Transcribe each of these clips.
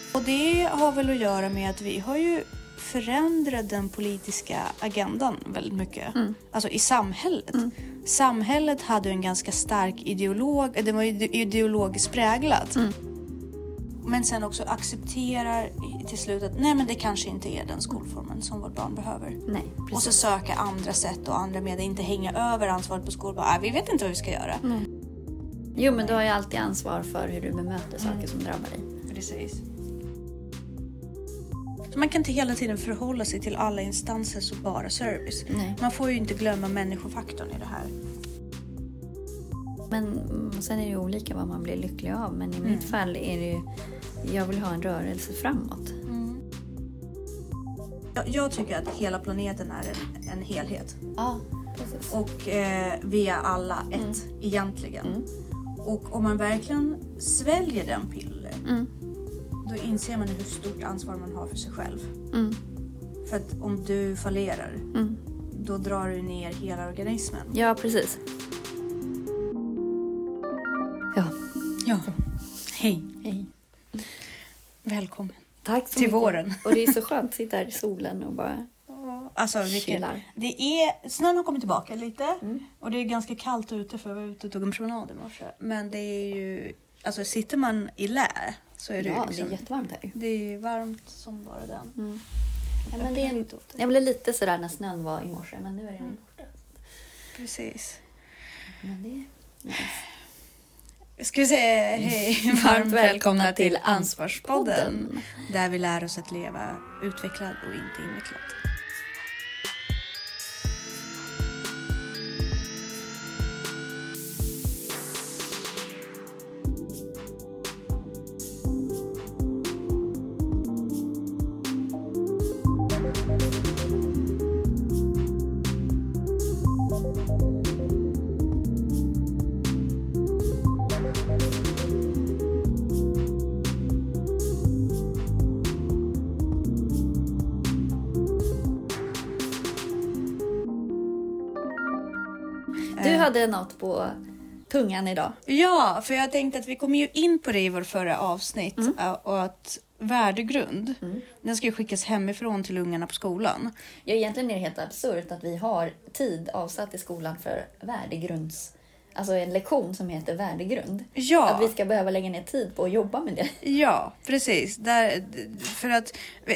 Och det har väl att göra med att vi har ju förändrat den politiska agendan väldigt mycket. Alltså i samhället. Samhället hade en ganska stark det var ideologiskt präglat. Men sen också accepterar till slut att nej, men det kanske inte är den skolformen som vårt barn behöver. Nej, precis. Och så söka andra sätt och andra med, inte hänga över ansvaret på skolan. Vi vet inte vad vi ska göra. Jo, men du har ju alltid ansvar för hur du bemöter saker som drabbar dig. Precis. Så man kan inte hela tiden förhålla sig till alla instanser som bara service. Nej. Man får ju inte glömma människofaktorn i det här. Men sen är det ju olika vad man blir lycklig av. Men i mitt fall är det ju, jag vill ha en rörelse framåt. Jag tycker att hela planeten är en helhet. Ja, precis. Och vi är alla ett egentligen. Och om man verkligen sväljer den pillen, då inser man hur stort ansvar man har för sig själv. För att om du fallerar, då drar du ner hela organismen. Ja, precis. Ja. Hej. Hej. Välkommen. Tack så till mycket. Våren. Och det är så skönt att sitta här i solen och bara alltså, chillar. Snön har kommit tillbaka lite. Och det är ganska kallt ute för jag var ute och tog en promenad i morse. Men det är ju, alltså sitter man i lä så är det ju liksom, det är jättevarmt här. det är varmt som bara den. Ja, men det är jag blev lite sådär när snön var i morse, men nu är den borta. Precis. Men det är nice. Ska vi säga hej, varmt välkomna till Ansvarspodden. Där vi lär oss att leva utvecklad och inte invecklad. Du hade något på tungan idag. Ja, för jag tänkte att vi kommer ju in på det i vår förra avsnitt. Och att värdegrund, den ska ju skickas hemifrån till ungarna på skolan. Ja, egentligen är det helt absurt att vi har tid avsatt i skolan för värdegrunds... Alltså en lektion som heter värdegrund. Ja. Att vi ska behöva lägga ner tid på att jobba med det. Ja, precis. För att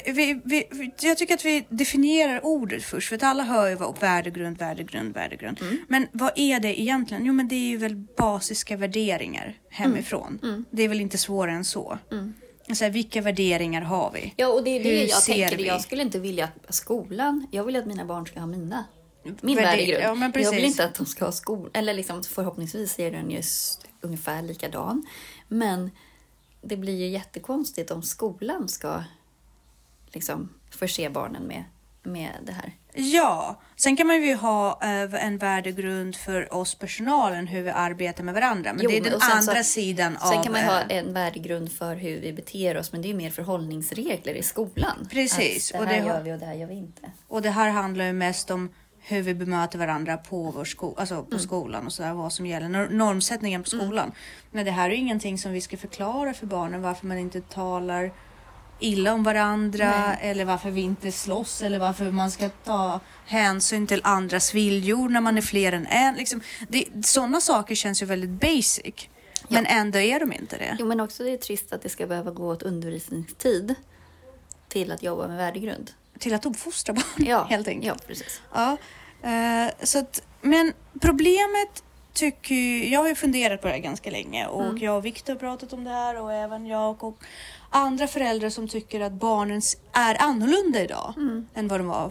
jag tycker att vi definierar ordet först. För att alla hör ju vad värdegrund. Men vad är det egentligen? Jo, men det är ju väl basiska värderingar hemifrån. Det är väl inte svårare än så. Alltså, vilka värderingar har vi? Ja, och det är det Hur jag tänker. vi? Jag skulle inte vilja att skolan... Jag vill att mina barn ska ha min värdegrund. Ja, men precis. Jag vill inte att de ska ha skola. Eller liksom, förhoppningsvis är den just ungefär likadan. Men det blir ju jättekonstigt om skolan ska liksom förse barnen med det här. Ja, sen kan man ju ha en värdegrund för oss personalen, hur vi arbetar med varandra. Men det är den andra sidan av... Sen kan man ju ha en värdegrund för hur vi beter oss, men det är mer förhållningsregler i skolan. Precis. Att det här gör vi och det här gör vi inte. Och det här handlar ju mest om hur vi bemöter varandra på vår på skolan och sådär, vad som gäller. Normsättningen på skolan. Men det här är ju ingenting som vi ska förklara för barnen, varför man inte talar illa om varandra, eller varför vi inte slåss, eller varför man ska ta hänsyn till andras viljor när man är fler än en. Liksom, sådana saker känns ju väldigt basic. Men ändå är de inte det. Jo, men också det är trist att det ska behöva gå åt undervisningstid till att jobba med värdegrund. Till att uppfostra barn, helt enkelt. Ja, precis. Ja, så att, men problemet tycker jag har ju funderat på det här ganska länge. Och jag och Victor har pratat om det här. Och även jag och andra föräldrar som tycker att barnen är annorlunda idag. Än vad de var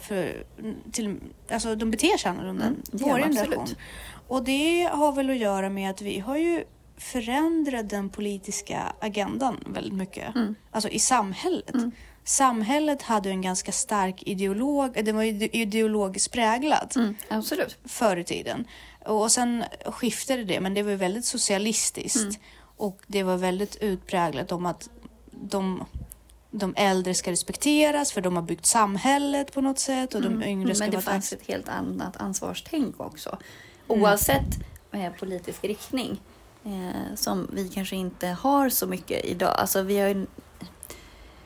alltså de beter sig annorlunda än vår generation. Och det har väl att göra med att vi har ju förändrat den politiska agendan väldigt mycket. Alltså i samhället. Samhället hade en ganska stark det var ideologiskt präglat. Absolut. Förr i tiden. Och sen skiftade det, men det var väldigt socialistiskt. Och det var väldigt utpräglat om att de äldre ska respekteras för de har byggt samhället på något sätt. Och de yngre ska men det vara fanns ett helt annat ansvarstänk också. Oavsett politisk riktning som vi kanske inte har så mycket idag. Alltså vi har ju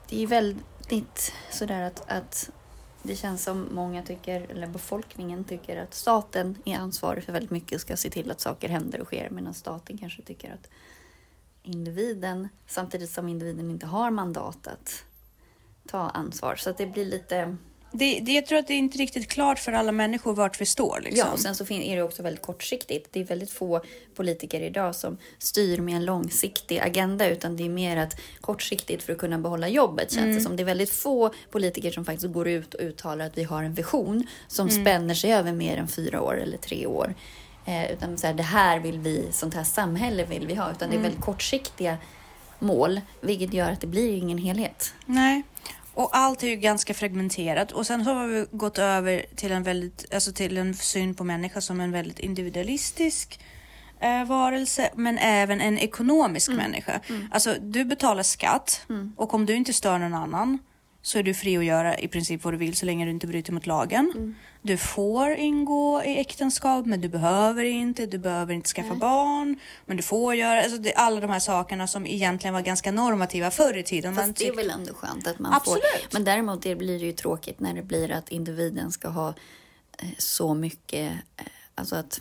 det är väldigt sådär att det känns som många tycker, eller befolkningen tycker att staten är ansvarig för väldigt mycket och ska se till att saker händer och sker. Medan staten kanske tycker att individen, samtidigt som individen inte har mandat att ta ansvar. Så att det blir lite... Jag tror att det är inte riktigt klart för alla människor vart vi står. Liksom. Ja, och sen så är det också väldigt kortsiktigt. Det är väldigt få politiker idag som styr med en långsiktig agenda, utan det är mer att kortsiktigt för att kunna behålla jobbet, känns det som. Det är väldigt få politiker som faktiskt går ut och uttalar att vi har en vision som spänner sig över mer än 4 år eller 3 år. Utan så här, det här vill vi, sånt här samhälle vill vi ha. Utan det är väldigt kortsiktiga mål, vilket gör att det blir ingen helhet. Nej. Och allt är ju ganska fragmenterat. Och sen så har vi gått över till en syn på människa som en väldigt individualistisk varelse. Men även en ekonomisk människa. Alltså du betalar skatt. Och om du inte stör någon annan så är du fri att göra i princip vad du vill så länge du inte bryter mot lagen. Du får ingå i äktenskap men du behöver inte skaffa barn. Men du får göra, alltså alla de här sakerna som egentligen var ganska normativa förr i tiden. Fast det är väl ändå skönt att man får. Men däremot blir det ju tråkigt när det blir att individen ska ha så mycket, alltså att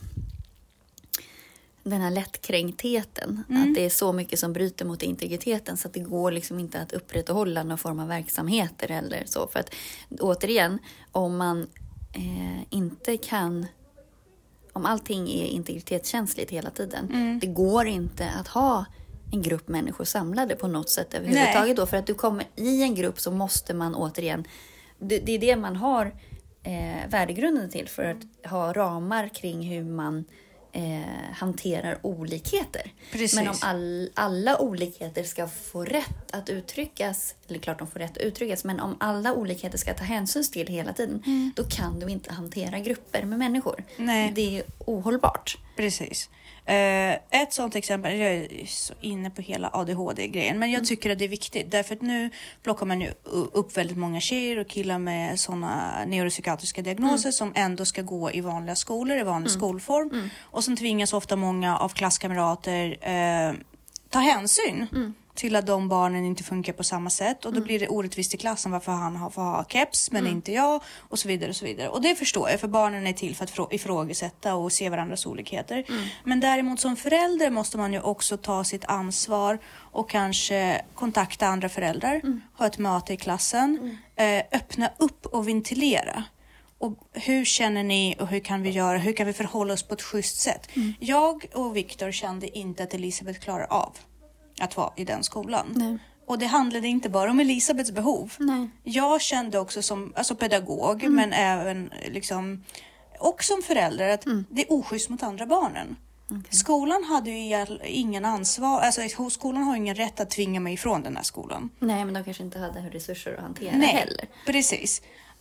den här lättkränktheten, att det är så mycket som bryter mot integriteten så att det går liksom inte att upprätthålla någon form av verksamheter eller så. För att återigen, om man inte kan, om allting är integritetskänsligt hela tiden, det går inte att ha en grupp människor samlade på något sätt överhuvudtaget då, för att du kommer i en grupp så måste man återigen, det är det man har värdegrunden till, för att ha ramar kring hur man hanterar olikheter. Precis. Men om alla olikheter ska få rätt att uttryckas, eller klart de får rätt att uttryckas, men om alla olikheter ska ta hänsyn till hela tiden, då kan du inte hantera grupper med människor. Nej. Det är ohållbart. Precis. Ett sånt exempel, jag är så inne på hela ADHD-grejen, men jag tycker att det är viktigt därför att nu plockar man ju upp väldigt många tjejer och killar med sådana neuropsykiatriska diagnoser som ändå ska gå i vanliga skolor, i vanlig skolform, och sen tvingas ofta många av klasskamrater ta hänsyn till att de barnen inte funkar på samma sätt, och då blir det orättvist i klassen varför han får ha keps men inte jag, och så vidare och så vidare. Och det förstår jag, för barnen är till för att ifrågasätta och se varandras olikheter. Men däremot som förälder måste man ju också ta sitt ansvar och kanske kontakta andra föräldrar, ha ett möte i klassen, öppna upp och ventilera. Och hur känner ni och hur kan vi göra? Hur kan vi förhålla oss på ett schysst sätt? Jag och Viktor kände inte att Elisabeth klarar av att vara i den skolan. Nej. Och det handlade inte bara om Elisabeths behov. Nej. Jag kände också som pedagog, men även liksom, och som förälder, att det är oschysst mot andra barnen. Okay. Skolan hade ju ingen ansvar, alltså skolan har ingen rätt att tvinga mig ifrån den här skolan. Nej, men de kanske inte hade resurser att hantera heller. Precis.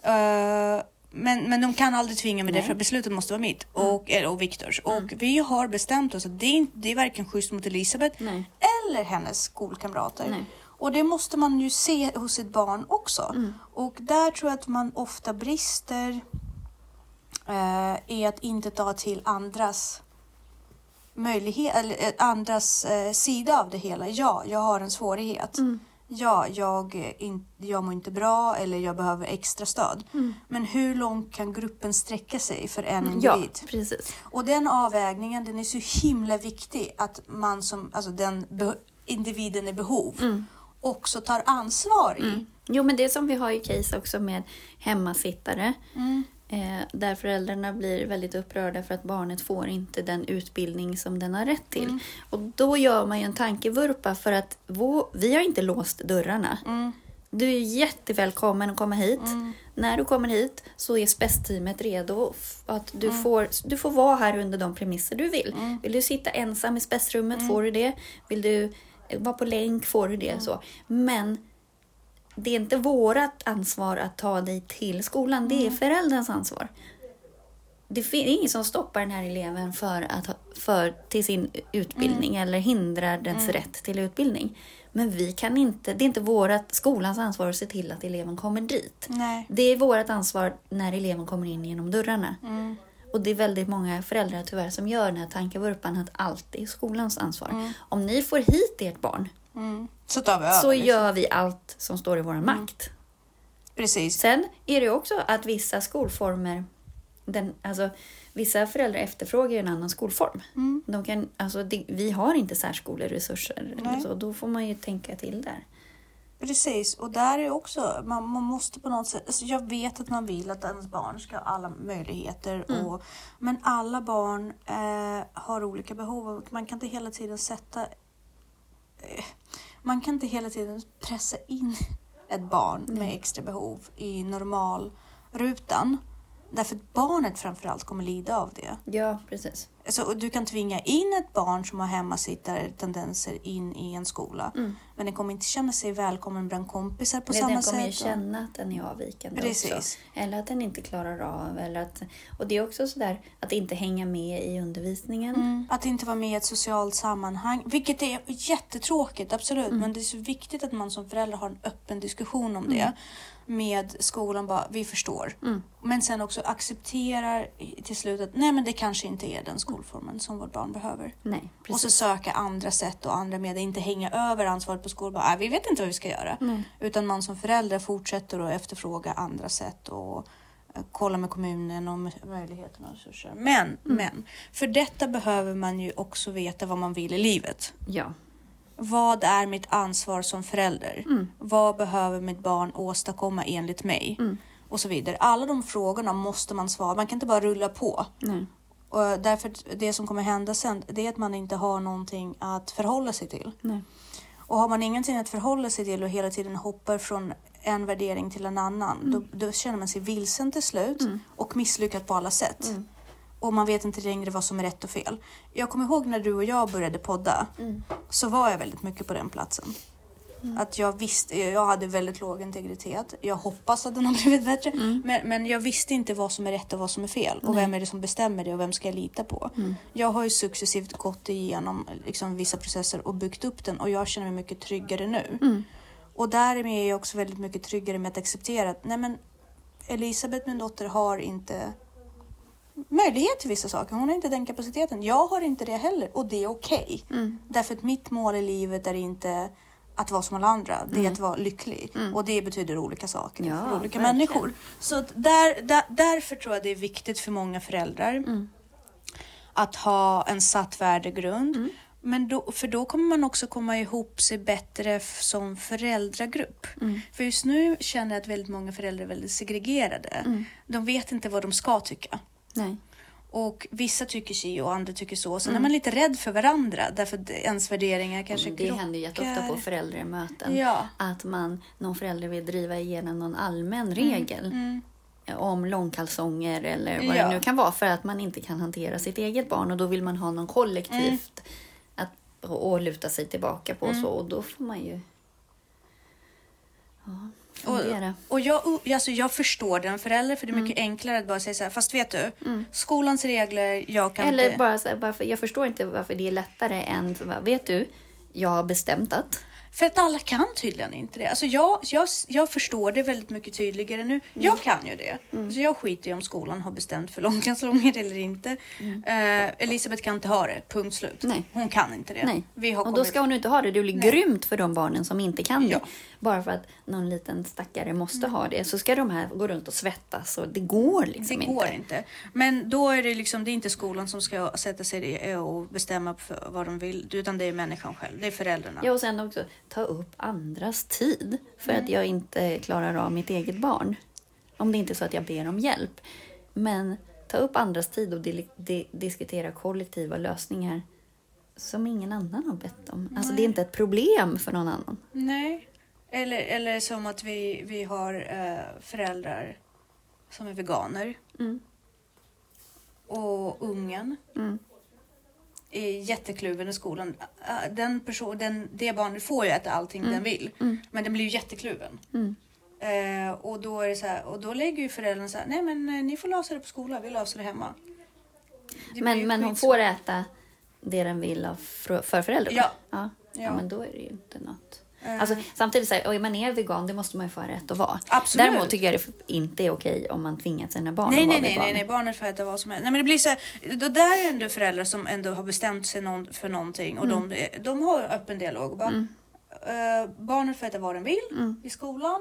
Men de kan aldrig tvinga mig det, för beslutet måste vara mitt och Viktors. Och vi har bestämt oss att det är varken schysst mot Elisabeth eller hennes skolkamrater. Nej. Och det måste man ju se hos sitt barn också. Och där tror jag att man ofta brister i att inte ta till andras möjlighet, eller andras sida av det hela. Ja, jag har en svårighet. Ja, jag mår inte bra eller jag behöver extra stöd. Men hur långt kan gruppen sträcka sig för en individ? Ja, precis. Och den avvägningen, den är så himla viktig, att man som, alltså individen i behov också tar ansvar i. Jo, men det som vi har i case också med hemmasittare. Där föräldrarna blir väldigt upprörda för att barnet får inte den utbildning som den har rätt till. Och då gör man ju en tankevurpa, för att vi har inte låst dörrarna. Du är jättevälkommen att komma hit. När du kommer hit så är SPES-teamet redo att du får vara här under de premisser du vill. Vill du sitta ensam i SPES-rummet får du det. Vill du vara på länk får du det. Så. Men det är inte vårat ansvar att ta dig till skolan. Det är föräldrarens ansvar. Det är ingen som stoppar den här eleven till sin utbildning eller hindrar dens rätt till utbildning. Men vi kan inte, det är inte skolans ansvar att se till att eleven kommer dit. Nej. Det är vårt ansvar när eleven kommer in genom dörrarna. Och det är väldigt många föräldrar tyvärr som gör den här tankevurpan att allt är skolans ansvar. Om ni får hit ert barn Så tar vi över. Så gör vi allt som står i vår makt. Precis. Sen är det också att vissa skolformer, vissa föräldrar efterfrågar ju en annan skolform. De kan, vi har inte särskoleresurser. Så då får man ju tänka till där. Precis, och där är också, man måste på något sätt, alltså jag vet att man vill att ens barn ska ha alla möjligheter, men alla barn har olika behov och man kan inte hela tiden pressa in ett barn med extra behov i normalrutan. Därför att barnet framförallt kommer lida av det. Ja, precis. Alltså, du kan tvinga in ett barn som har hemmasittare-tendenser in i en skola. Men den kommer inte känna sig välkommen bland kompisar på samma sätt. Den kommer ju känna att den är avvikande. Precis. Också. Eller att den inte klarar av. Och det är också sådär att inte hänga med i undervisningen. Att inte vara med i ett socialt sammanhang. Vilket är jättetråkigt, absolut. Men det är så viktigt att man som förälder har en öppen diskussion om det. Med skolan bara, vi förstår. Men sen också accepterar till slut att nej, men det kanske inte är den skolformen som vårt barn behöver. Nej, precis. Och så söka andra sätt och andra med. Inte hänga över ansvaret på skolan. Bara, vi vet inte vad vi ska göra. Utan man som förälder fortsätter att efterfråga andra sätt och kolla med kommunen om möjligheterna och resurser. Men för detta behöver man ju också veta vad man vill i livet. Ja. Vad är mitt ansvar som förälder? Vad behöver mitt barn åstadkomma enligt mig? Och så vidare. Alla de frågorna måste man svara. Man kan inte bara rulla på. Och därför det som kommer hända sen, det är att man inte har någonting att förhålla sig till. Och har man ingenting att förhålla sig till och hela tiden hoppar från en värdering till en annan, då känner man sig vilsen till slut och misslyckad på alla sätt. Och man vet inte längre vad som är rätt och fel. Jag kommer ihåg när du och jag började podda. Så var jag väldigt mycket på den platsen. Att jag hade väldigt låg integritet. Jag hoppas att den har blivit bättre. Men jag visste inte vad som är rätt och vad som är fel. Och vem är det som bestämmer det och vem ska jag lita på. Jag har ju successivt gått igenom vissa processer och byggt upp den. Och jag känner mig mycket tryggare nu. Och därmed är jag också väldigt mycket tryggare med att acceptera att nej, men Elisabeth, min dotter, har inte möjlighet till vissa saker. Hon har inte den kapaciteten. Jag har inte det heller. Och det är okej. Därför att mitt mål i livet är inte att vara som alla andra. Det är att vara lycklig. Och det betyder olika saker för olika människor. Så därför tror jag det är viktigt för många föräldrar att ha en satt värdegrund. Men då kommer man också komma ihop sig bättre som föräldragrupp. För just nu känner jag att väldigt många föräldrar är väldigt segregerade. De vet inte vad de ska tycka. Nej. Och vissa tycker sig och andra tycker så. Sen är man lite rädd för varandra. Därför att ens värderingar kanske det händer ju jätteofta på föräldramöten. Att någon förälder vill driva igenom någon allmän regel. Om långkalsonger eller vad det nu kan vara. För att man inte kan hantera sitt eget barn. Och då vill man ha någon kollektivt att luta sig tillbaka på. Så, och då får man ju fundera. Och jag förstår den förälder. För det är mycket enklare att bara säga så här. Fast vet du, skolans regler, jag kan eller inte. Bara så här, jag förstår inte varför det är lättare än, vet du, jag har bestämt att. För att alla kan tydligen inte det. Alltså jag förstår det väldigt mycket tydligare nu. Jag kan ju det. Så jag skiter ju om skolan har bestämt för långkalsonger eller inte. Elisabeth kan inte ha det. Punkt slut. Nej. Hon kan inte det. Nej. Och då ska hon inte ha det. Det blir grymt för de barnen som inte kan det. Bara för att någon liten stackare måste ha det. Så ska de här gå runt och svettas. Och det går liksom inte. Det går inte. Men då är det liksom, det är inte skolan som ska sätta sig och bestämma för vad de vill. Utan det är människan själv. Det är föräldrarna. Ja, och sen också ta upp andras tid. För att jag inte klarar av mitt eget barn. Om det inte är så att jag ber om hjälp. Men ta upp andras tid och diskutera kollektiva lösningar som ingen annan har bett om. Alltså det är inte ett problem för någon annan. Nej. Eller som att vi har föräldrar som är veganer. Och ungen är jättekluven i skolan. Det barnet får ju äta allting den vill. Men den blir ju jättekluven. Och då är det så här, och då lägger ju föräldrarna så här, nej men ni får lösa det på skolan, vi löser det hemma. Men hon får äta det den vill för föräldrarna. Ja, men då är det ju inte något. Alltså, samtidigt så här, och man är vegan, det måste man ju få rätt att vara. Absolut. Däremot tycker jag det inte är okej om man tvingar sina barn att vara vegan. Nej, barnet får äta vad som helst. Nej, men det blir så här, då där är ändå föräldrar som ändå har bestämt sig för någonting och de har öppen dialog och bara, barnen får äta vad de vill i skolan.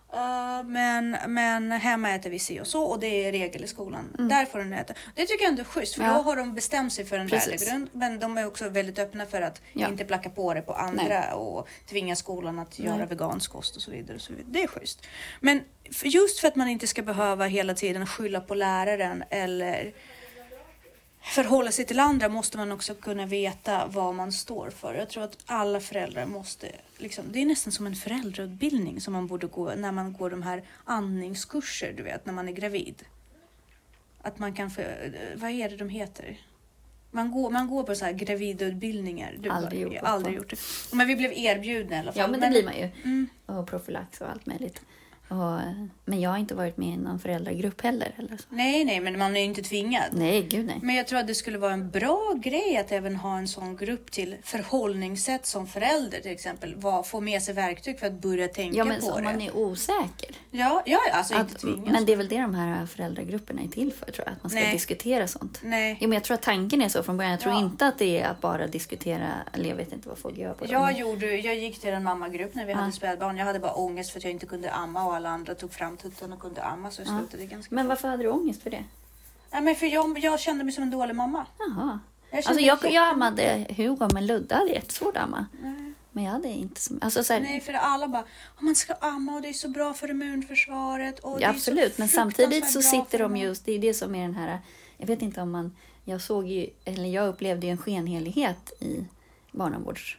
Men hemma äter vi si och så, och det är regel i skolan. Där får de äta. Det tycker jag ändå är schysst, för då har de bestämt sig för en värdegrund. Men de är också väldigt öppna för att inte placka på det på andra och tvinga skolan att göra vegansk kost och så vidare. Och så vidare. Det är schysst. Men just för att man inte ska behöva hela tiden skylla på läraren eller förhålla sig till andra, måste man också kunna veta vad man står för. Jag tror att alla föräldrar måste, liksom, det är nästan som en föräldrautbildning som man borde gå när man går de här andningskurser, du vet, när man är gravid. Att man kan vad är det de heter? Man går på så här gravidutbildningar. Aldrig gjort det. Men vi blev erbjudna i alla fall. Ja, men det blir man ju. Och profylax och allt möjligt. Men jag har inte varit med i någon föräldragrupp heller. Eller så. Nej, men man är ju inte tvingad. Nej, gud nej. Men jag tror att det skulle vara en bra grej att även ha en sån grupp till förhållningssätt som förälder till exempel. Få med sig verktyg för att börja tänka på det. Ja, men om man är osäker. Ja, alltså inte tvingad. Men det är väl det de här föräldragrupperna är till för, tror jag. Att man ska diskutera sånt. Nej. Ja, men jag tror att tanken är så från början. Jag tror inte att det är att bara diskutera, eller jag vet inte vad folk gör på det. Jag gick till en mammagrupp när vi hade spädbarn. Jag hade bara ångest för att jag inte kunde amma och alla andra tog fram tutten och kunde amma, så jag slutade ganska. Men varför hade du ångest för det? Nej, men för jag kände mig som en dålig mamma. Jaha. Jag ammade Hugo, men Ludde hade jättesvårt att amma. Men jag hade inte så här. Nej, för alla bara, man ska amma och det är så bra för immunförsvaret. Och ja, absolut, men samtidigt så sitter de just, det är det som är den här, jag vet inte om man, jag upplevde ju en skenhelighet i barnavårds.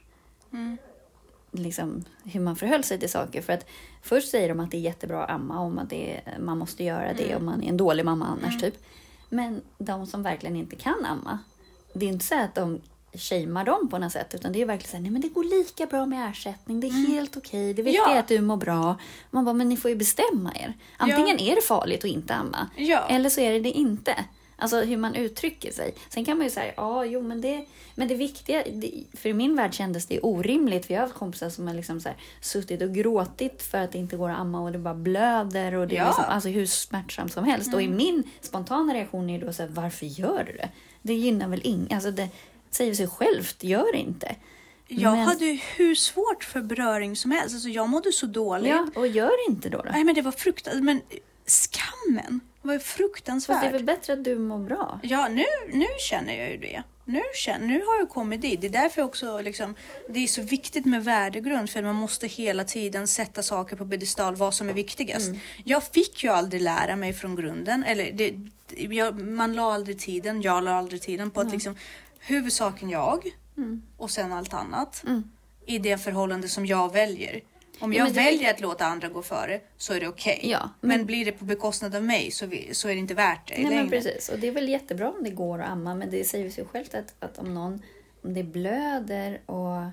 Liksom hur man förhöll sig till saker. För att först säger de att det är jättebra att amma, om att man måste göra det om man är en dålig mamma annars typ. Men de som verkligen inte kan amma, det är inte så att de shamear dem på något sätt, utan det är verkligen så här, nej men det går lika bra med ersättning, det är helt okej, det viktiga är att du mår bra. Man bara, men ni får ju bestämma er. Antingen är det farligt att inte amma, eller så är det inte. Alltså hur man uttrycker sig. Sen kan man ju säga, men det viktiga, för i min värld kändes det orimligt. För jag har haft kompisar som har liksom så här, suttit och gråtit för att det inte går att amma och det bara blöder. Och det är liksom, alltså hur smärtsamt som helst. Och i min spontana reaktion är då så här, varför gör du det? Det gynnar väl ingen, alltså det säger sig självt, gör det inte. Jag hade ju hur svårt för beröring som helst. Alltså jag mådde så dåligt. Ja, och gör inte då? Nej, men det var fruktansvärt. Men skammen var ju fruktansvärt. Fast det är väl bättre att du mår bra? Ja, nu känner jag ju det. Nu har jag kommit dit. Det är därför också liksom, det är så viktigt med värdegrund, för man måste hela tiden sätta saker på pedestal, vad som är viktigast. Jag fick ju aldrig lära mig från grunden, eller man la aldrig tiden, jag la aldrig tiden på att liksom, huvudsaken jag och sen allt annat i det förhållande som jag väljer. Om jag väljer att låta andra gå före så är det okej. Ja, men blir det på bekostnad av mig så är det inte värt det. Nej, men precis. Och det är väl jättebra om det går att amma. Men det säger sig självt att om det blöder och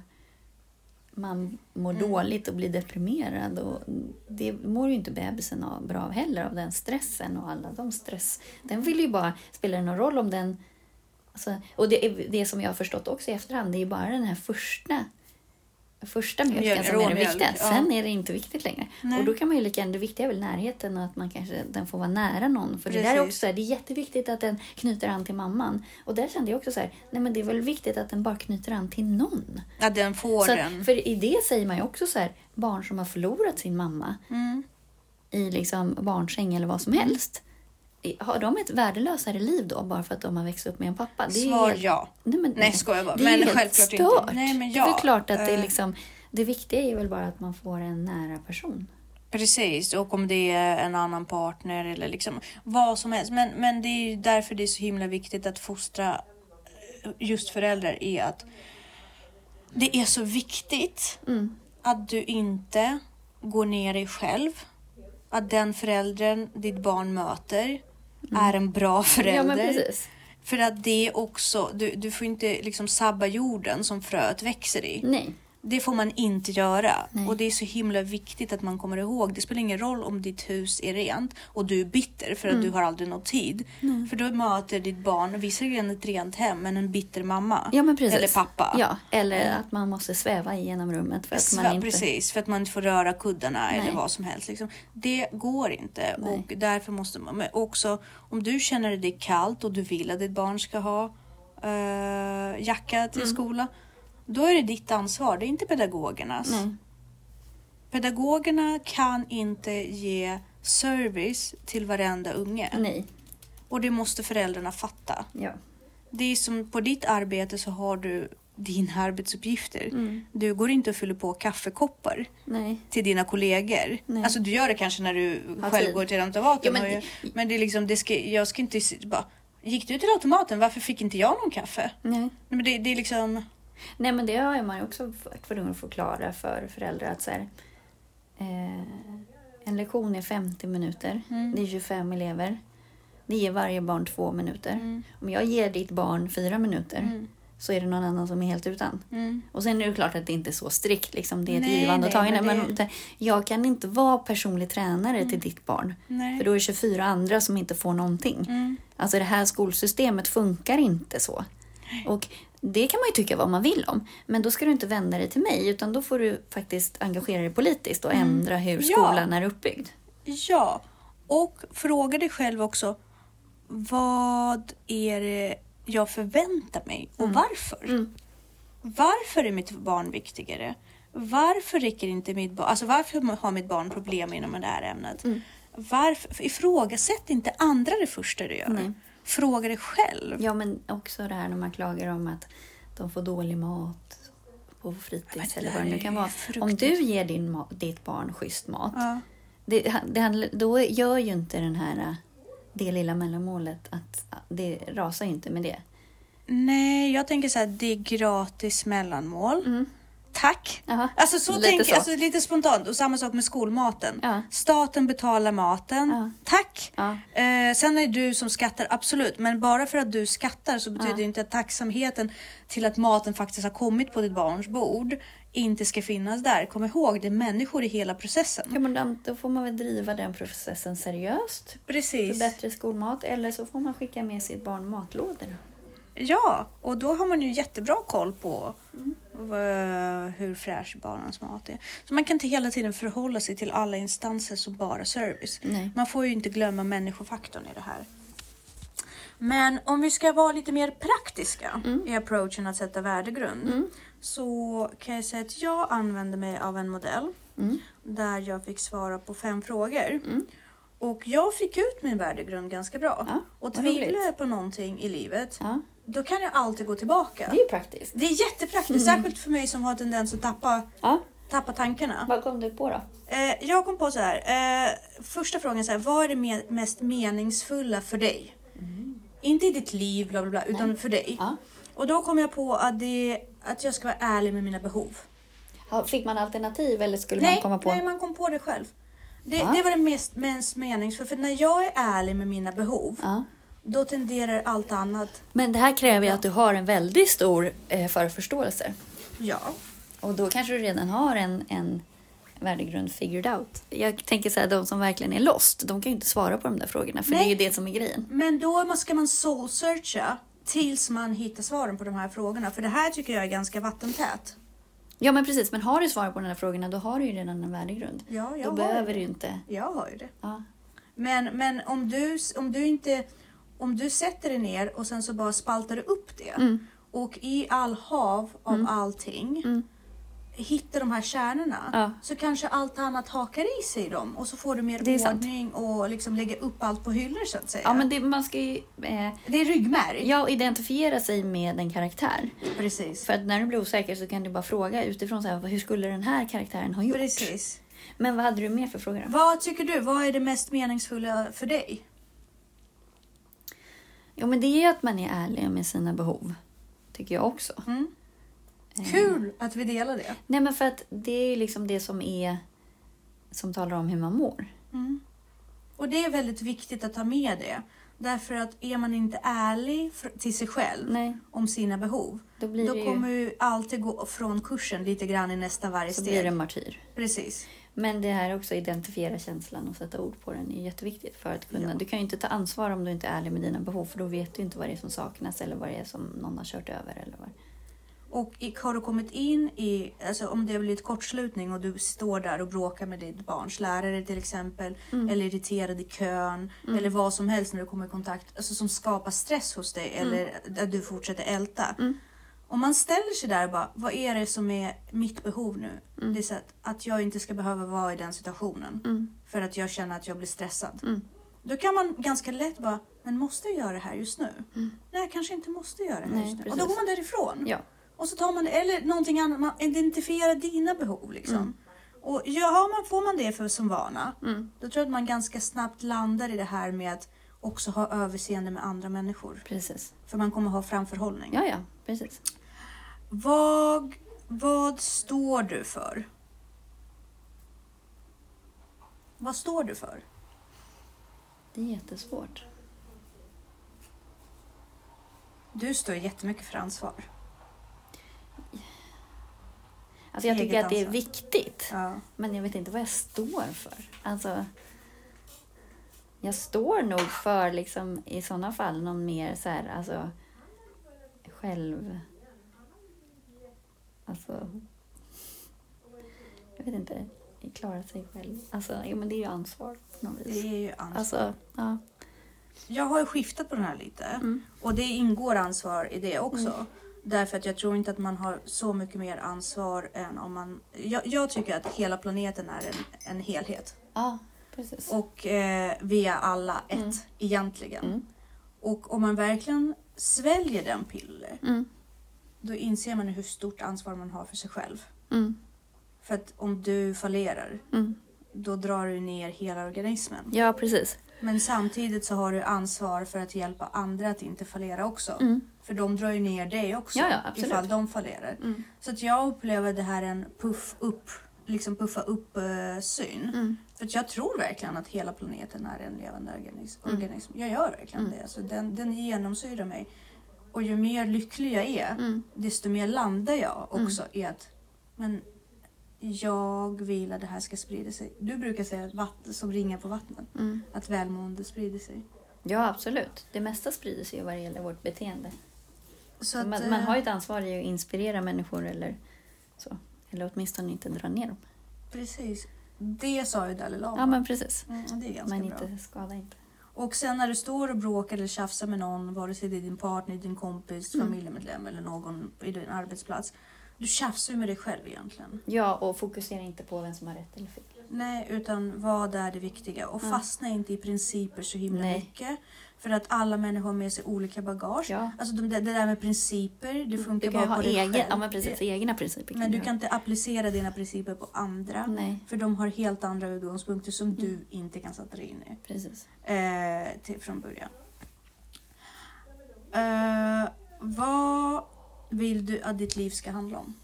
man mår dåligt och blir deprimerad. Och det mår ju inte bebisen bra av heller, av den stressen och alla de stress. Den vill ju bara, spelar någon roll om den... Alltså, och det som jag har förstått också i efterhand, det är ju bara den här första mjölken som är det viktiga. Sen är det inte viktigt längre. Nej. Och då kan man ju lika gärna, det viktiga är väl närheten och att man kanske den får vara nära någon. För det där är också så här, det är jätteviktigt att den knyter an till mamman. Och där kände jag också så här, nej men det är väl viktigt att den bara knyter an till någon. Att den får så, den. För i det säger man ju också så här, barn som har förlorat sin mamma i liksom barnsäng eller vad som helst. Har de ett värdelösare liv då bara för att de har växt upp med en pappa? Det Svar ja. Nej, ska jag bara. Det är men helt självklart stört. Inte. Nej, men det är väl klart att det är liksom, det viktiga är väl bara att man får en nära person. Precis, och om det är en annan partner eller liksom vad som helst. Men det är ju därför det är så himla viktigt att fostra just föräldrar, är att det är så viktigt att du inte går ner dig själv. Att den föräldern ditt barn möter är en bra förälder. Ja, men precis. För att det är också, du får inte liksom sabba jorden som fröet växer i. Nej. Det får man inte göra. Nej. Och det är så himla viktigt att man kommer ihåg. Det spelar ingen roll om ditt hus är rent och du är bitter för att du har aldrig någon tid. För då möter ditt barn visserligen ett rent hem, men en bitter mamma. Ja, men precis. Eller pappa. Ja, eller att man måste sväva genom rummet för att man inte... Precis, för att man inte får röra kuddarna eller vad som helst. Liksom. Det går inte. Nej. Och därför måste man... Men också om du känner det kallt och du vill att ditt barn ska ha jacka till skola, då är det ditt ansvar. Det är inte pedagogernas. Nej. Pedagogerna kan inte ge service till varenda unge. Nej. Och det måste föräldrarna fatta. Ja. Det är som på ditt arbete så har du dina arbetsuppgifter. Mm. Du går inte och fyller på kaffekoppar Nej. till dina kollegor. Nej. Alltså du gör det kanske när du Har själv tid. går till automaten. Ja, men det är liksom, jag ska inte bara, gick du till automaten? Varför fick inte jag någon kaffe? Nej. Nej, men det är liksom... Nej, men det har man ju också tvungen att förklara för föräldrar att så här, en lektion är 50 minuter. Det är 25 elever. Det ger varje barn 2 minuter. Om jag ger ditt barn 4 minuter så är det någon annan som är helt utan. Och sen är det klart att det inte är så strikt. Liksom, det är ett givande och tagande. Men jag kan inte vara personlig tränare till ditt barn. Nej. För då är det 24 andra som inte får någonting. Alltså det här skolsystemet funkar inte så. Och det kan man ju tycka vad man vill om. Men då ska du inte vända dig till mig. Utan då får du faktiskt engagera dig politiskt och ändra hur skolan är uppbyggd. Ja, och fråga dig själv också. Vad är det jag förväntar mig och varför? Varför är mitt barn viktigare? Varför räcker inte mitt barn? Alltså varför har mitt barn problem inom det här ämnet? Varför? Ifrågasätt inte andra det första du gör. Nej. Fråga dig själv. Ja, men också det här när man klagar om att de får dålig mat på fritids eller vad det nu kan vara. Om du ger ditt barn schysst mat, då gör ju inte det lilla mellanmålet att det rasar inte med det. Nej, jag tänker så här, det är gratis mellanmål. Tack. Aha, Alltså så lite tänker så. jag, alltså lite spontant. Och samma sak med skolmaten. Ja. Staten betalar maten. Ja. Tack. Ja. Sen är det du som skattar, absolut. Men bara för att du skattar så betyder det inte att tacksamheten till att maten faktiskt har kommit på ditt barns bord inte ska finnas där. Kom ihåg, det är människor i hela processen. Ja, men då får man väl driva den processen seriöst. Precis. För bättre skolmat. Eller så får man skicka med sitt barn matlådor. Ja, och då har man ju jättebra koll på hur fräsch barnens mat är. Så man kan inte hela tiden förhålla sig till alla instanser som bara service. Nej. Man får ju inte glömma människofaktorn i det här. Men om vi ska vara lite mer praktiska i approachen att sätta värdegrund. Så kan jag säga att jag använder mig av en modell där jag fick svara på 5 frågor. Och jag fick ut min värdegrund ganska bra. Ja, och vad tvivlar roligt. jag på någonting i livet, Ja. då kan jag alltid gå tillbaka. Det är ju praktiskt. Det är jättepraktiskt, särskilt för mig som har tendens att tappa tankarna. Vad kom du på då? Jag kom på så här. Första frågan är så här, vad är det mest meningsfulla för dig? Inte i ditt liv, bla bla bla, utan för dig. Ja. Och då kom jag på att jag ska vara ärlig med mina behov. Fick man alternativ eller skulle man komma på? Nej, man kom på det själv. Det var det mest meningsfulla. För när jag är ärlig med mina behov, då tenderar allt annat. Men det här kräver ju att du har en väldigt stor förförståelse. Ja. Och då kanske du redan har en värdegrund figured out. Jag tänker så här, de som verkligen är lost, de kan ju inte svara på de där frågorna. För det är ju det som är grejen. Men då ska man soul-searcha tills man hittar svaren på de här frågorna. För det här tycker jag är ganska vattentät. Ja, men precis. Men har du svar på de här frågorna, då har du ju redan en värdegrund. Ja, då behöver du inte... Jag har ju det. Ja. Men om du sätter dig ner och sen så bara spaltar du upp det. Och i all hav av allting hittar de här kärnorna. Så kanske allt annat hakar i sig i dem. Och så får du mer ordning och liksom lägga upp allt på hyllor så att säga. Ja, men man ska ju... det är ryggmärg. Ja, identifiera sig med en karaktär. Precis. För att när du blir osäker så kan du bara fråga utifrån så här, hur skulle den här karaktären ha gjort? Precis. Men vad hade du mer för frågor då? Vad tycker du? Vad är det mest meningsfulla för dig? Jo, men det är ju att man är ärlig med sina behov. Tycker jag också. Kul att vi delar det. Nej, men för att det är ju liksom det som talar om hur man mår. Och det är väldigt viktigt att ta med det. Därför att är man inte ärlig till sig själv om sina behov, då kommer ju alltid gå från kursen lite grann i nästa varje steg. Så blir det martyr. Precis. Men det här också identifiera känslan och sätta ord på den är jätteviktigt för att kunna. Du kan ju inte ta ansvar om du inte är ärlig med dina behov, för då vet du inte vad det är som saknas eller vad det är som någon har kört över eller vad. Och har du kommit in i, alltså om det blir ett kortslutning och du står där och bråkar med ditt barns lärare till exempel, eller irriterad i kön, eller vad som helst när du kommer i kontakt, alltså som skapar stress hos dig eller att du fortsätter älta. Om man ställer sig där och bara, vad är det som är mitt behov nu? Det är så att jag inte ska behöva vara i den situationen. För att jag känner att jag blir stressad. Då kan man ganska lätt bara, men måste jag göra det här just nu? Nej, jag kanske inte måste göra det här just nu. Precis. Och då går man därifrån. Ja. Och så tar man det, eller någonting annat, man identifierar dina behov liksom. Och får man det för som vana, då tror jag att man ganska snabbt landar i det här med att också ha överseende med andra människor. Precis. För man kommer ha framförhållning. Ja, precis. Vad står du för? Vad står du för? Det är jättesvårt. Du står jättemycket för ansvar. Alltså jag tycker Eget att det är ansvar. viktigt. Ja. Men jag vet inte vad jag står för. Alltså, jag står nog för liksom, i sådana fall någon mer så här, alltså, själv... Alltså, jag vet inte, klara sig själv. Alltså, jo, men det är ju ansvar på något vis. Det är ju ansvar. Alltså, ja. Jag har ju skiftat på den här lite. Och det ingår ansvar i det också. Därför att jag tror inte att man har så mycket mer ansvar än om man... Jag tycker att hela planeten är en helhet. Ja, precis. Och vi är alla ett egentligen. Och om man verkligen sväljer den piller, då inser man hur stort ansvar man har för sig själv. För att om du fallerar, då drar du ner hela organismen. Ja, precis. Men samtidigt så har du ansvar för att hjälpa andra att inte fallera också. För de drar ju ner dig också ifall de fallerar. Så att jag upplever det här en puffa upp syn. För att jag tror verkligen att hela planeten är en levande organism. Jag gör verkligen det. Så den genomsyrar mig. Och ju mer lycklig jag är, desto mer landar jag också i att men jag vill att det här ska sprida sig. Du brukar säga att vatten som ringar på vattnet. Att välmående sprider sig. Ja, absolut. Det mesta sprider sig vad det gäller vårt beteende. Så att, man har ju ett ansvar i att inspirera människor eller så. Eller åtminstone inte dra ner dem. Precis. Det sa ju Dalai Lama. Ja, men precis. Det är ganska Men bra. inte skada inte. Och sen när du står och bråkar eller tjafsar med någon, vare sig det är din partner, din kompis, familjemedlem eller någon i din arbetsplats. Du tjafsar ju med dig själv egentligen. Ja, och fokusera inte på vem som har rätt eller fel. Nej, utan vad är det viktiga? Och fastna inte i principer så himla Nej. mycket. För att alla människor har med sig olika bagage. Ja. Alltså det där med principer, det funkar Du kan bara ha på dig själv. ja, men precis, egna principer. Men du kan inte applicera dina principer på andra. Nej. För de har helt andra utgångspunkter som du inte kan sätta dig in i. Precis. Från början. Vad vill du att ditt liv ska handla om?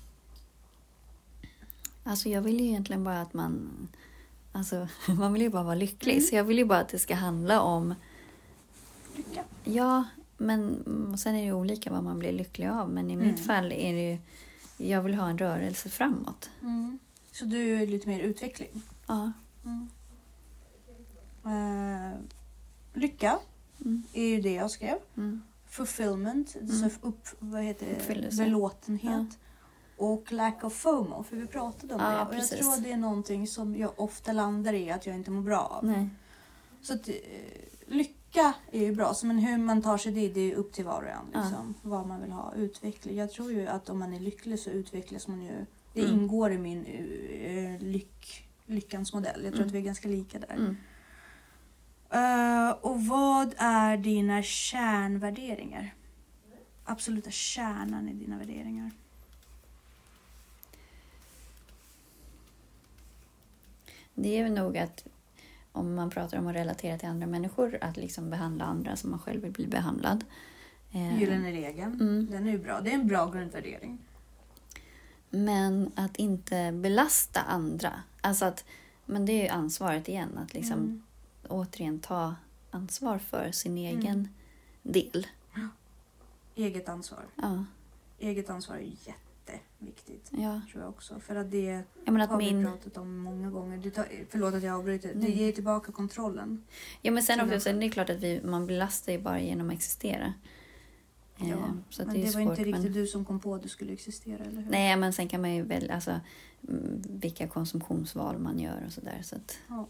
Alltså jag vill ju egentligen bara att man... Alltså man vill ju bara vara lycklig. Så jag vill ju bara att det ska handla om... Lycka. Ja, men sen är det ju olika vad man blir lycklig av. Men i mitt fall är det ju... Jag vill ha en rörelse framåt. Så du är lite mer utveckling? Ja. Lycka är ju det jag skrev. Fulfillment, så Uppfyllelse. belåtenhet. Och lack of FOMO, för vi pratade om det. Och precis. jag tror att det är någonting som jag ofta landar i att jag inte mår bra av. Nej. Så att, lycka är ju bra, men hur man tar sig dit, det är ju upp till var och en. Liksom, vad man vill ha, utveckling. Jag tror ju att om man är lycklig så utvecklas man ju. Det ingår i min lyckans modell. Jag tror att vi är ganska lika där. Och vad är dina kärnvärderingar? Absoluta kärnan i dina värderingar. Det är ju nog att om man pratar om att relatera till andra människor, att liksom behandla andra som man själv vill bli behandlad. Gyllene regeln. Den är ju bra. Det är en bra grundvärdering. Men att inte belasta andra. Alltså att, men det är ju ansvaret igen. Att liksom återigen ta ansvar för sin egen del. Eget ansvar. Ja. Eget ansvar är jätteviktigt. Ja. Tror jag också. För att det Ja, men att har vi pratat om många gånger. Förlåt att jag avbryter. Det ger tillbaka kontrollen. Ja, men sen också, sen är det klart att man belastar ju bara genom att existera. Ja, så att men det är det var svårt, inte riktigt men... du som kom på att det skulle existera, eller hur? Nej, men sen kan man ju väl, alltså vilka konsumtionsval man gör och sådär. Så att, Ja.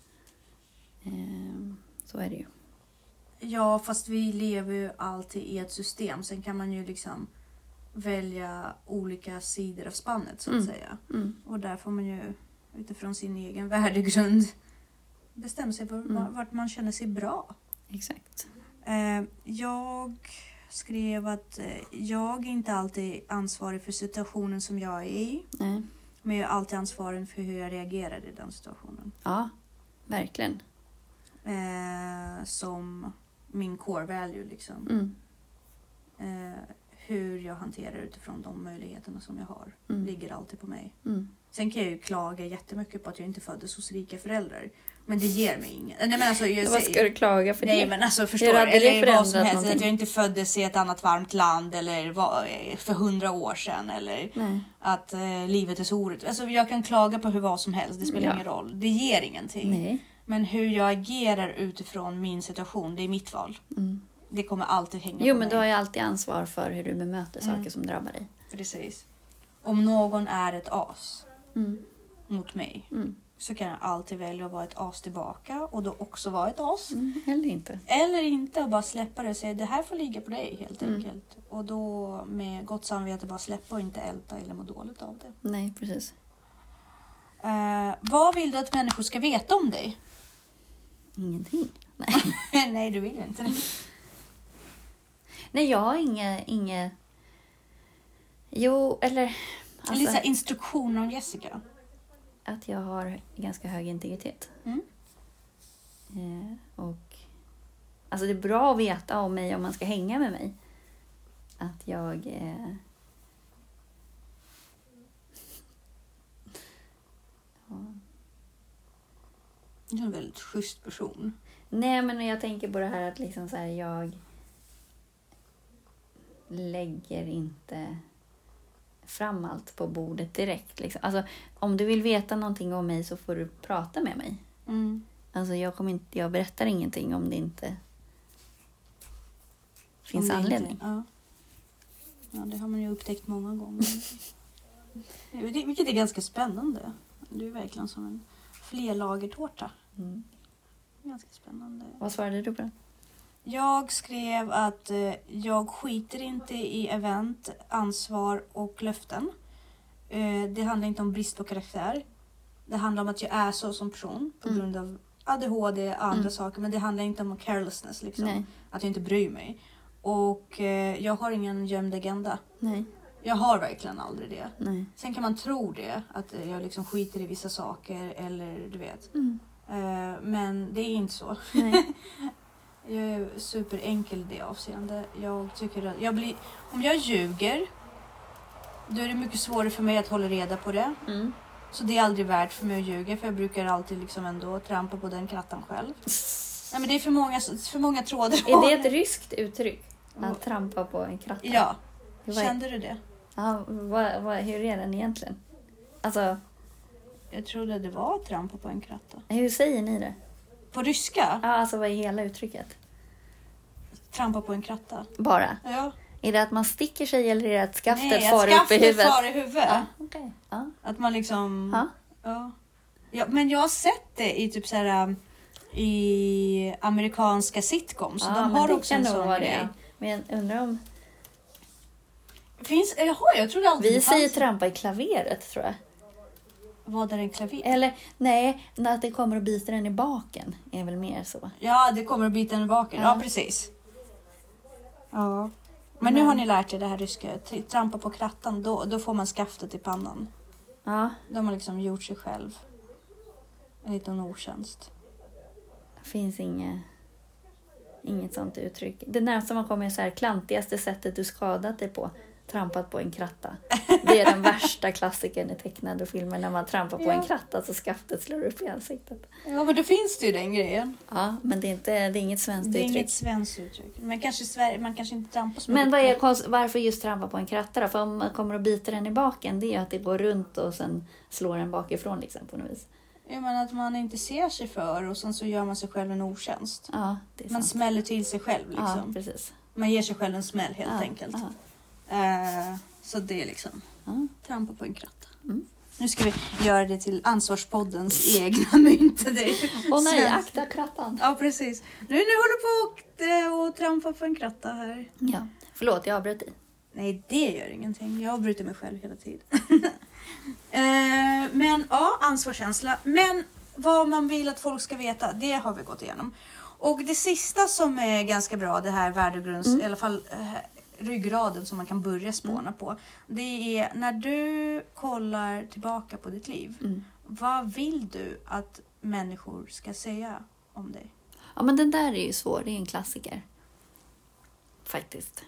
så är det ju. Ja, fast vi lever ju alltid i ett system. Sen kan man ju liksom välja olika sidor av spannet så att säga. Och där får man ju utifrån sin egen värdegrund bestämma sig vart man känner sig bra. Exakt. Jag skrev att jag är inte alltid ansvarig för situationen som jag är i. Nej. Men jag är alltid ansvarig för hur jag reagerar i den situationen. Ja, verkligen. Som min core value liksom. Hur jag hanterar utifrån de möjligheterna som jag har. Ligger alltid på mig. Sen kan jag ju klaga jättemycket på att jag inte föddes hos rika föräldrar. Men det ger mig inget. Nej, men alltså, Vad ska du klaga för det? Nej men alltså förstår du? Eller vad som helst. Att jag inte föddes i ett annat varmt land. Eller för 100 år sedan. Eller att livet är så orättvist. Alltså jag kan klaga på vad som helst. Det spelar ingen roll. Det ger ingenting. Nej. Men hur jag agerar utifrån min situation. Det är mitt val. Det kommer alltid hänga på mig. Jo men du har ju alltid ansvar för hur du bemöter saker som drabbar dig. Precis. Om någon är ett as mot mig. Så kan jag alltid välja att vara ett as tillbaka. Och då också vara ett as. Eller inte. Eller inte och bara släppa det och säga det här får ligga på dig helt enkelt. Och då med gott samvete bara släppa och inte älta eller må dåligt av det. Nej, precis. Vad vill du att människor ska veta om dig? Ingenting. Nej. Nej, du vill inte det. Nej, jag har inga... Jo, eller... Alltså, Lite instruktioner om Jessica. Att jag har ganska hög integritet. Och... Alltså det är bra att veta om mig om man ska hänga med mig. Att jag... Du är en väldigt schysst person. Nej, men jag tänker på det här att liksom så här, jag lägger inte fram allt på bordet direkt. Liksom. Alltså, om du vill veta någonting om mig så får du prata med mig. Alltså, jag berättar ingenting om det inte finns anledning. Ja, det har man ju upptäckt många gånger. Vilket är ganska spännande. Du är verkligen som en flerlagertårta. Ganska spännande. Vad svarade du på det? Jag skrev att jag skiter inte i event, ansvar och löften. Det handlar inte om brist på karaktär. Det handlar om att jag är så som person på grund av ADHD och andra saker. Men det handlar inte om carelessness. Liksom. Nej. Att jag inte bryr mig. Och jag har ingen gömd agenda. Nej. Jag har verkligen aldrig det. Nej. Sen kan man tro det. Att jag liksom skiter i vissa saker. Eller du vet. Men det är inte så. Nej. Jag är superenkel i det avseende. Jag tycker att om jag ljuger, då är det mycket svårare för mig att hålla reda på det. Så det är aldrig värt för mig att ljuga, för jag brukar alltid liksom ändå trampa på den krattan själv. Nej, men det är för många trådar. Är det ett ryskt uttryck? Att trampa på en kratta? Ja. Kände du det? Ja, hur är den egentligen? Alltså... Jag trodde det var att trampa på en kratta. Hur säger ni det? På ryska? Ja, alltså vad är hela uttrycket? Trampa på en kratta. Bara? Ja. Är det att man sticker sig eller är det att skaftet Nej, far upp i huvudet? far i huvudet. Ja, okay. Ja. Att man liksom... Ja. Ja, men jag har sett det i typ så här i amerikanska sitcoms. Så de har också en sån grej. Men jag undrar om... Jag trodde alltid vi säger trampa i klaveret, tror jag. Vad är en klaver? Eller, nej, att det kommer och biter den i baken är väl mer så. Ja, det kommer att bita den i baken. Ja, precis. Ja. Men nu har ni lärt er det här ryska. Trampa på krattan, då får man skaftet i pannan. Ja. De har liksom gjort sig själv en liten otjänst. Det finns inget sånt uttryck. Det närmaste man kommer är så här, klantigaste sättet du skadat dig på. Trampat på en kratta. Det är den värsta klassikern i tecknade filmer. När man trampar på en kratta så skaftet slår upp i ansiktet. Ja, men då finns det ju den grejen. Ja, men det är inget svenskt uttryck. Det är inget svenskt uttryck. Men man kanske inte trampar så mycket. Men varför just trampa på en kratta då? För om man kommer och biter den i baken, det är ju att det går runt och sen slår den bakifrån liksom, på något vis. Ja, men att man inte ser sig för och sen så gör man sig själv en otjänst. Ja, det är sant. Man smäller till sig själv liksom. Ja, precis. Man ger sig själv en smäll helt enkelt. Ja. Så det är liksom trampa på en kratta. Nu ska vi göra det till Ansvarspoddens egna mynt. Åh nej, akta krattan. Ja, precis. Nu håller du på och trampa på en kratta här. Ja, förlåt, jag avbröt dig. Nej, det gör ingenting. Jag avbryter mig själv hela tiden. Men ja, ansvarskänsla. Men vad man vill att folk ska veta, det har vi gått igenom. Och det sista som är ganska bra, det här värdegrunds, i alla fall ryggraden som man kan börja spåna på. Det är när du kollar tillbaka på ditt liv. Vad vill du att människor ska säga om dig? Ja, men den där är ju svår. Det är en klassiker. Faktiskt.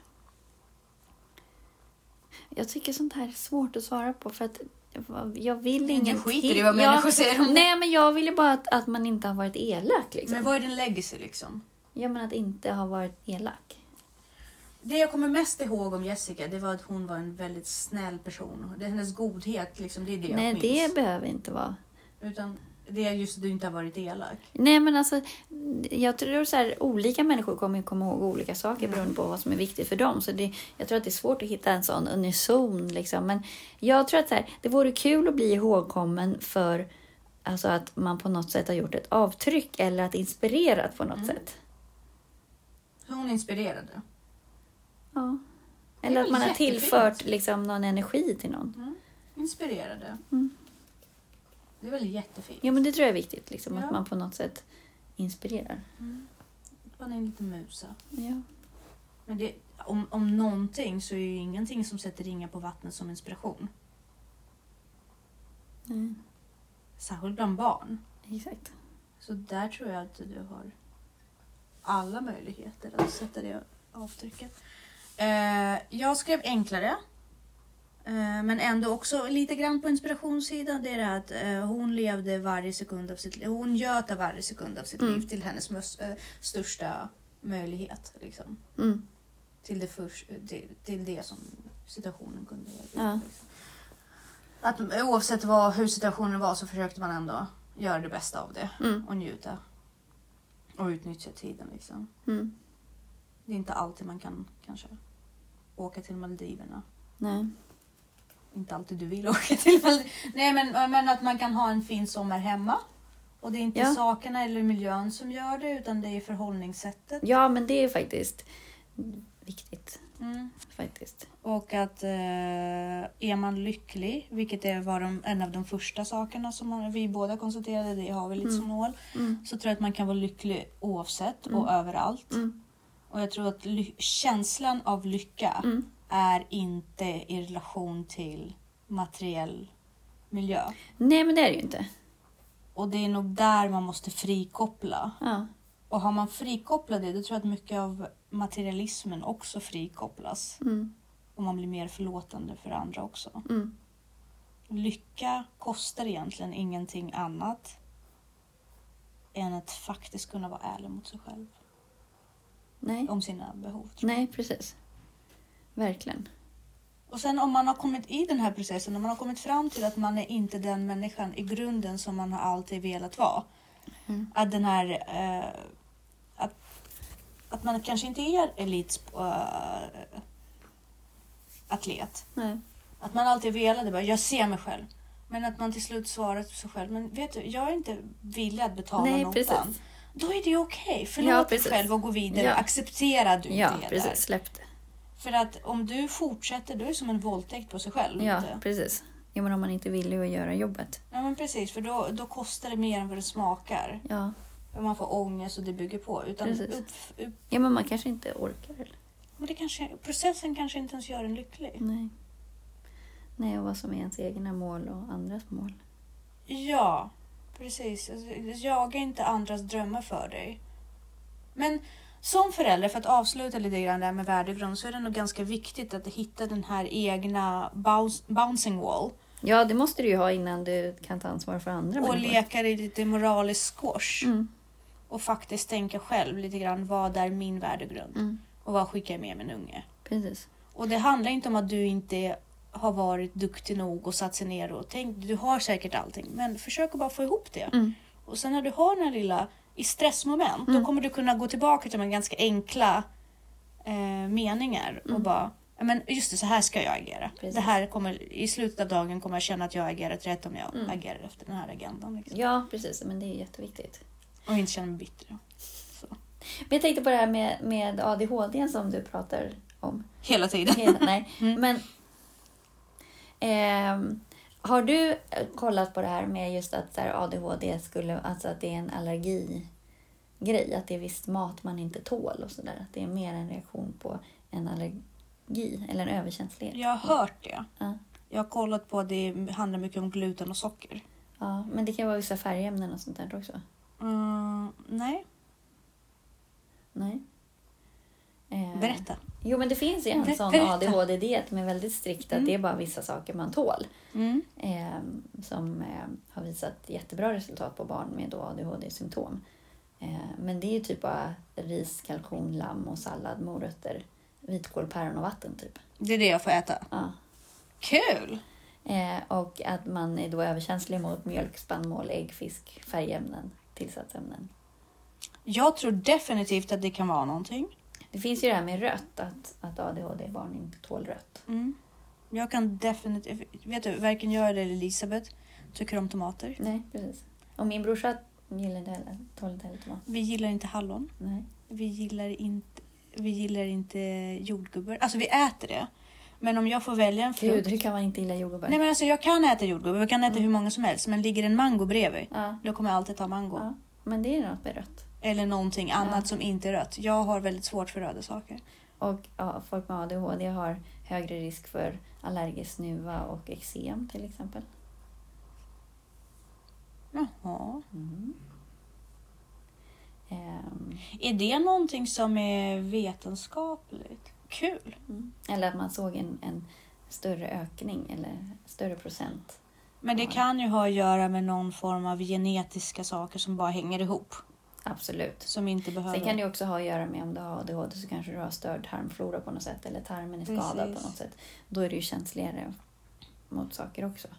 Jag tycker sånt här är svårt att svara på för att jag vill ingenting. Skiter i vad människor säger om dig. Nej, men jag vill ju bara att man inte har varit elak. Liksom. Men vad är din legacy liksom? Ja, men att inte ha varit elak. Det jag kommer mest ihåg om Jessica, det var att hon var en väldigt snäll person. Det är hennes godhet, liksom, det är det jag minns. Nej, det behöver inte vara. Utan det är just att du inte har varit elak. Nej, men alltså, jag tror så här, olika människor kommer komma ihåg olika saker beroende på vad som är viktigt för dem. Så jag tror att det är svårt att hitta en sån unison. Liksom. Men jag tror att så här, det vore kul att bli ihågkommen för alltså, att man på något sätt har gjort ett avtryck eller att inspirerat på något sätt. Hon inspirerade. Ja. Eller att man har tillfört liksom, någon energi till någon. Inspirerade. Det är väl jättefint. Ja, men det tror jag är viktigt. Liksom, att man på något sätt inspirerar. Man är en liten musa. Ja. Men det, om någonting så är ju ingenting som sätter ringar på vattnet som inspiration. Särskilt bland barn. Exakt. Så där tror jag att du har alla möjligheter att sätta det avtrycket. Jag skrev enklare. Men ändå också lite grann på inspirationssidan. Det är det här att hon levde varje sekund av sitt liv. Hon göt av varje sekund av sitt liv till hennes största möjlighet. Liksom. Till det som situationen kunde göra. Liksom. Att oavsett hur situationen var så försökte man ändå göra det bästa av det. Och njuta. Och utnyttja tiden. Liksom. Det är inte alltid man kan kanske åka till Maldiverna. Nej. Inte alltid du vill åka till Maldiverna. Nej, men att man kan ha en fin sommar hemma. Och det är inte sakerna eller miljön som gör det, utan det är förhållningssättet. Ja, men det är faktiskt viktigt. Faktiskt. Och att är man lycklig, vilket var en av de första sakerna som vi båda konstaterade, det har vi lite som mål. Så tror jag att man kan vara lycklig oavsett och överallt. Och jag tror att känslan av lycka är inte i relation till materiell miljö. Nej, men det är det ju inte. Och det är nog där man måste frikoppla. Ja. Och har man frikopplat det, då tror jag att mycket av materialismen också frikopplas. Och man blir mer förlåtande för andra också. Lycka kostar egentligen ingenting annat än att faktiskt kunna vara ärlig mot sig själv. Nej. Om sina behov. Tror jag. Nej, precis. Verkligen. Och sen om man har kommit i den här processen, om man har kommit fram till att man är inte den människan i grunden som man har alltid velat vara. Att den här att man kanske inte är atlet. Nej. Att man alltid velade bara, jag ser mig själv. Men att man till slut svarar till sig själv, men vet du, jag är inte villig att betala notan. Precis. Då är det okej. Förlåt dig själv och gå vidare. Acceptera du det precis. där. Släpp det. För att om du fortsätter, då är det som en våldtäkt på sig själv. Ja, inte? precis. Ja, men om man inte vill att göra jobbet. Ja, men precis. För då kostar det mer än vad det smakar. Ja. För man får ångest och det bygger på. Utan Ja, men man kanske inte orkar. Men processen kanske inte ens gör en lycklig. Nej, och vad som är ens egna mål och andras mål. Ja, precis. Jaga inte andras drömmar för dig. Men som förälder, för att avsluta lite grann där med värdegrund, så är det nog ganska viktigt att hitta den här egna bouncing wall. Ja, det måste du ju ha innan du kan ta ansvar för andra och människor. leka i lite moralisk squash. Och faktiskt tänka själv lite grann, vad är min värdegrund? Och vad skickar jag med min unge? Precis. Och det handlar inte om att du inte har varit duktig nog och satt sig ner och tänkt, du har säkert allting. Men försök att bara få ihop det. Och sen när du har den här lilla i stressmoment, då kommer du kunna gå tillbaka till de ganska enkla meningar och bara, men just det, så här ska jag agera. Precis. Det här kommer, i slutet av dagen kommer jag känna att jag agerat rätt om jag agerar efter den här agendan. Liksom. Ja, precis. Men det är jätteviktigt. Och inte känna mig bitter. Så. Men jag tänkte på det här med ADHD som du pratar om. Hela tiden. Nej, men har du kollat på det här med just att så här, ADHD skulle, alltså att det är en allergigrej, att det är viss mat man inte tål och sådär, att det är mer en reaktion på en allergi eller en överkänslighet? Jag har hört det. Ja. Jag har kollat på att det handlar mycket om gluten och socker. Ja, men det kan vara vissa färgämnen och sånt där också. Nej. Nej. Berätta. Jo, men det finns ju en sån ADHD-diet med väldigt strikt att det är bara vissa saker man tål. Som har visat jättebra resultat på barn med då ADHD-symptom. Men det är ju typ bara ris, kalkon, lamm och sallad, morötter, vitkål, päron och vatten typ. Det är det jag får äta? Ja. Kul! Och att man är då överkänslig mot mjölk, spannmål, ägg, fisk, färgämnen, tillsatsämnen. Jag tror definitivt att det kan vara någonting. Det finns ju det här med rött, att ADHD-barn inte tål rött. Jag kan definitivt... Vet du, varken jag eller Elisabeth tycker om tomater. Nej, precis. Och min brorsa gillar inte heller, tål inte heller tomater. Vi gillar inte hallon. Nej. Vi gillar inte jordgubbar. Alltså vi äter det. Men om jag får välja en frukt... Gud, hur kan man inte gilla jordgubbar? Nej, men alltså jag kan äta jordgubbar. Jag kan äta hur många som helst. Men ligger en mango bredvid, Ja. då kommer jag alltid ta mango. Ja, men det är något med rött. Eller någonting annat som inte är rött. Jag har väldigt svårt för röda saker. Och folk med ADHD har högre risk för allergisk snuva och eksem till exempel. Jaha. Är det någonting som är vetenskapligt? Kul. Eller att man såg en större ökning eller större procent. Men det kan ju ha att göra med någon form av genetiska saker som bara hänger ihop. Absolut. Som inte behöver... Sen kan det också ha att göra med om du har ADHD så kanske du har störd tarmflora på något sätt. Eller tarmen är skadad på något sätt. Då är du ju känsligare mot saker också.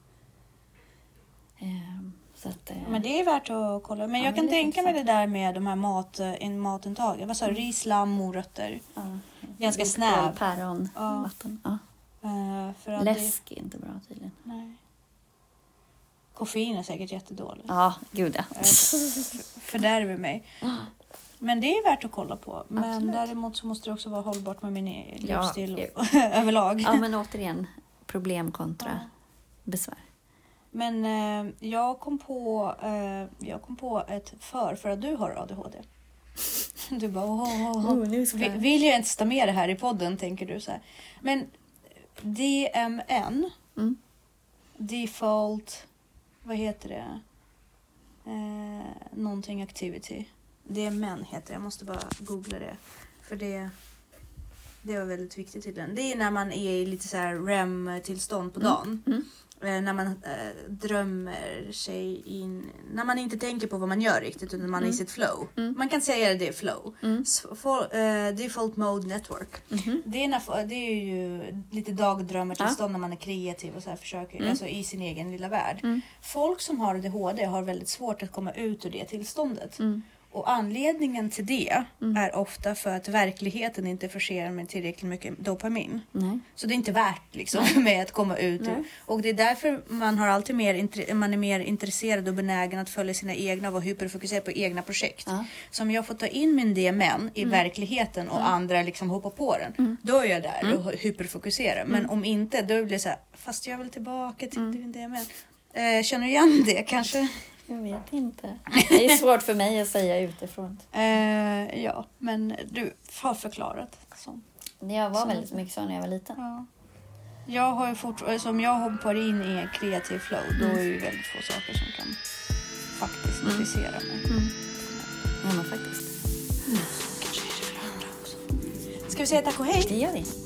Så att, men det är värt att kolla. Men jag kan tänka mig det där med de här matintagen. Vad sa du? Ris, lamm, morötter. Ganska snäv. Päron, vatten. För att läsk är inte bra tydligen. Nej. Koffein är säkert jättedåligt. Ja, gud ja. Fördärver mig. Men det är värt att kolla på. Men Absolut. Däremot så måste det också vara hållbart med min livsstil överlag. Ja, men återigen, problem kontra besvär. Men jag kom på ett för att du har ADHD. Du bara, vill jag inte ta med det här i podden, tänker du så här. Men DMN, default, vad heter det? Någonting activity. DMN heter det, jag måste bara googla det. För det var väldigt viktigt till den. Det är när man är i lite så här REM-tillstånd på dagen. När man drömmer sig in, när man inte tänker på vad man gör riktigt utan man är i sitt flow. Man kan säga det är flow. Default mode network. Det är ju lite dagdrömmartillstånd när man är kreativ och så här försöker, alltså i sin egen lilla värld. Folk som har ADHD har väldigt svårt att komma ut ur det tillståndet. Och anledningen till det är ofta för att verkligheten inte förser med tillräckligt mycket dopamin. Nej. Så det är inte värt liksom, med att komma ut. Och det är därför man är mer intresserad och benägen att följa sina egna och vara hyperfokuserad på egna projekt. Så om jag får ta in min DMN i verkligheten och andra liksom hoppar på den, då är jag där och hyperfokuserar. Men om inte, då blir det så här, fast jag vill tillbaka till min DMN. Känner du igen det kanske? Jag vet inte. Det är svårt för mig att säga utifrån. Ja, men du har förklarat. Jag var väldigt mycket så när jag var liten. Ja. Jag har ju som jag hoppar in i en kreativ flow, då är det ju väldigt få saker som kan faktiskt intressera mig. Ja, men faktiskt. Kanske är det för andra också. Ska vi säga tack och hej? Det gör vi.